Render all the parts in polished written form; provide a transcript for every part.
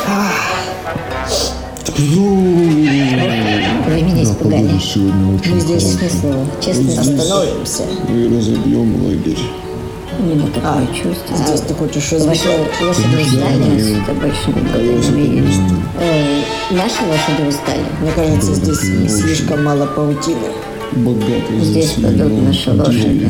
Вы меня испугали. Мы здесь Честно, остановимся. И разобьем лагерь. у меня такое чувство. Здесь ты хочешь Ваши размышлять? лошади устали? Это больше никогда не видели. Наши лошади устали. Мне кажется, здесь слишком мало паутины. Богатый Здесь падут наши лошади.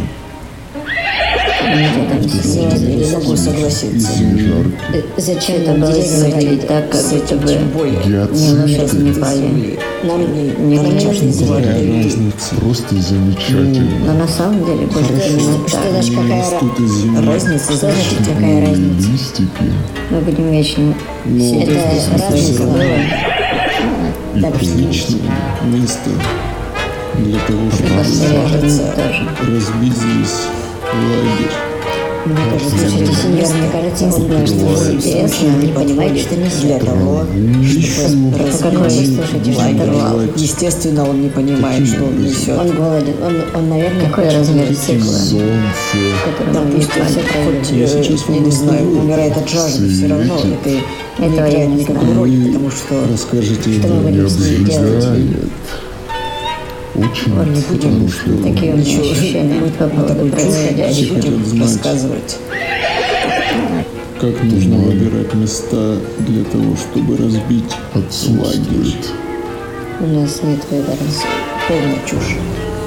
Не могу согласиться. Зачем это было говорить так, как будто бы не лошади не пали? Нам Не нам нужно нужно сделать. Разница просто замечательно. Но на самом деле больше именно так. Знаешь, какая разница? Значит, какая разница? Листики. Мы будем вечно сидеть здесь. Разница была. И приличное место для того, чтобы Кажется, тоже. разбить здесь лагерь. Слушайте, сеньор, мне кажется, он знает, что вам интересно, не понимает, что несет. Для того, чтобы Какой вы слушаете, что это рвал? естественно, он не понимает, что он несет. Он голоден, он, наверное, какой размер цикла, Солнце. который мы Допустим, хоть, я не знаю, умирает от жажды, все равно это не Этого я играет не никакой знаю. роли, потому что Расскажите Что мы ему, будем с ним делать? Очень не будем Такие у меня ничего, ощущения по поводу такую чушь не происходящего. будем знать. рассказывать. как нужно выбирать места для того, чтобы разбить лагерь. У нас нет выбора. Полная чушь.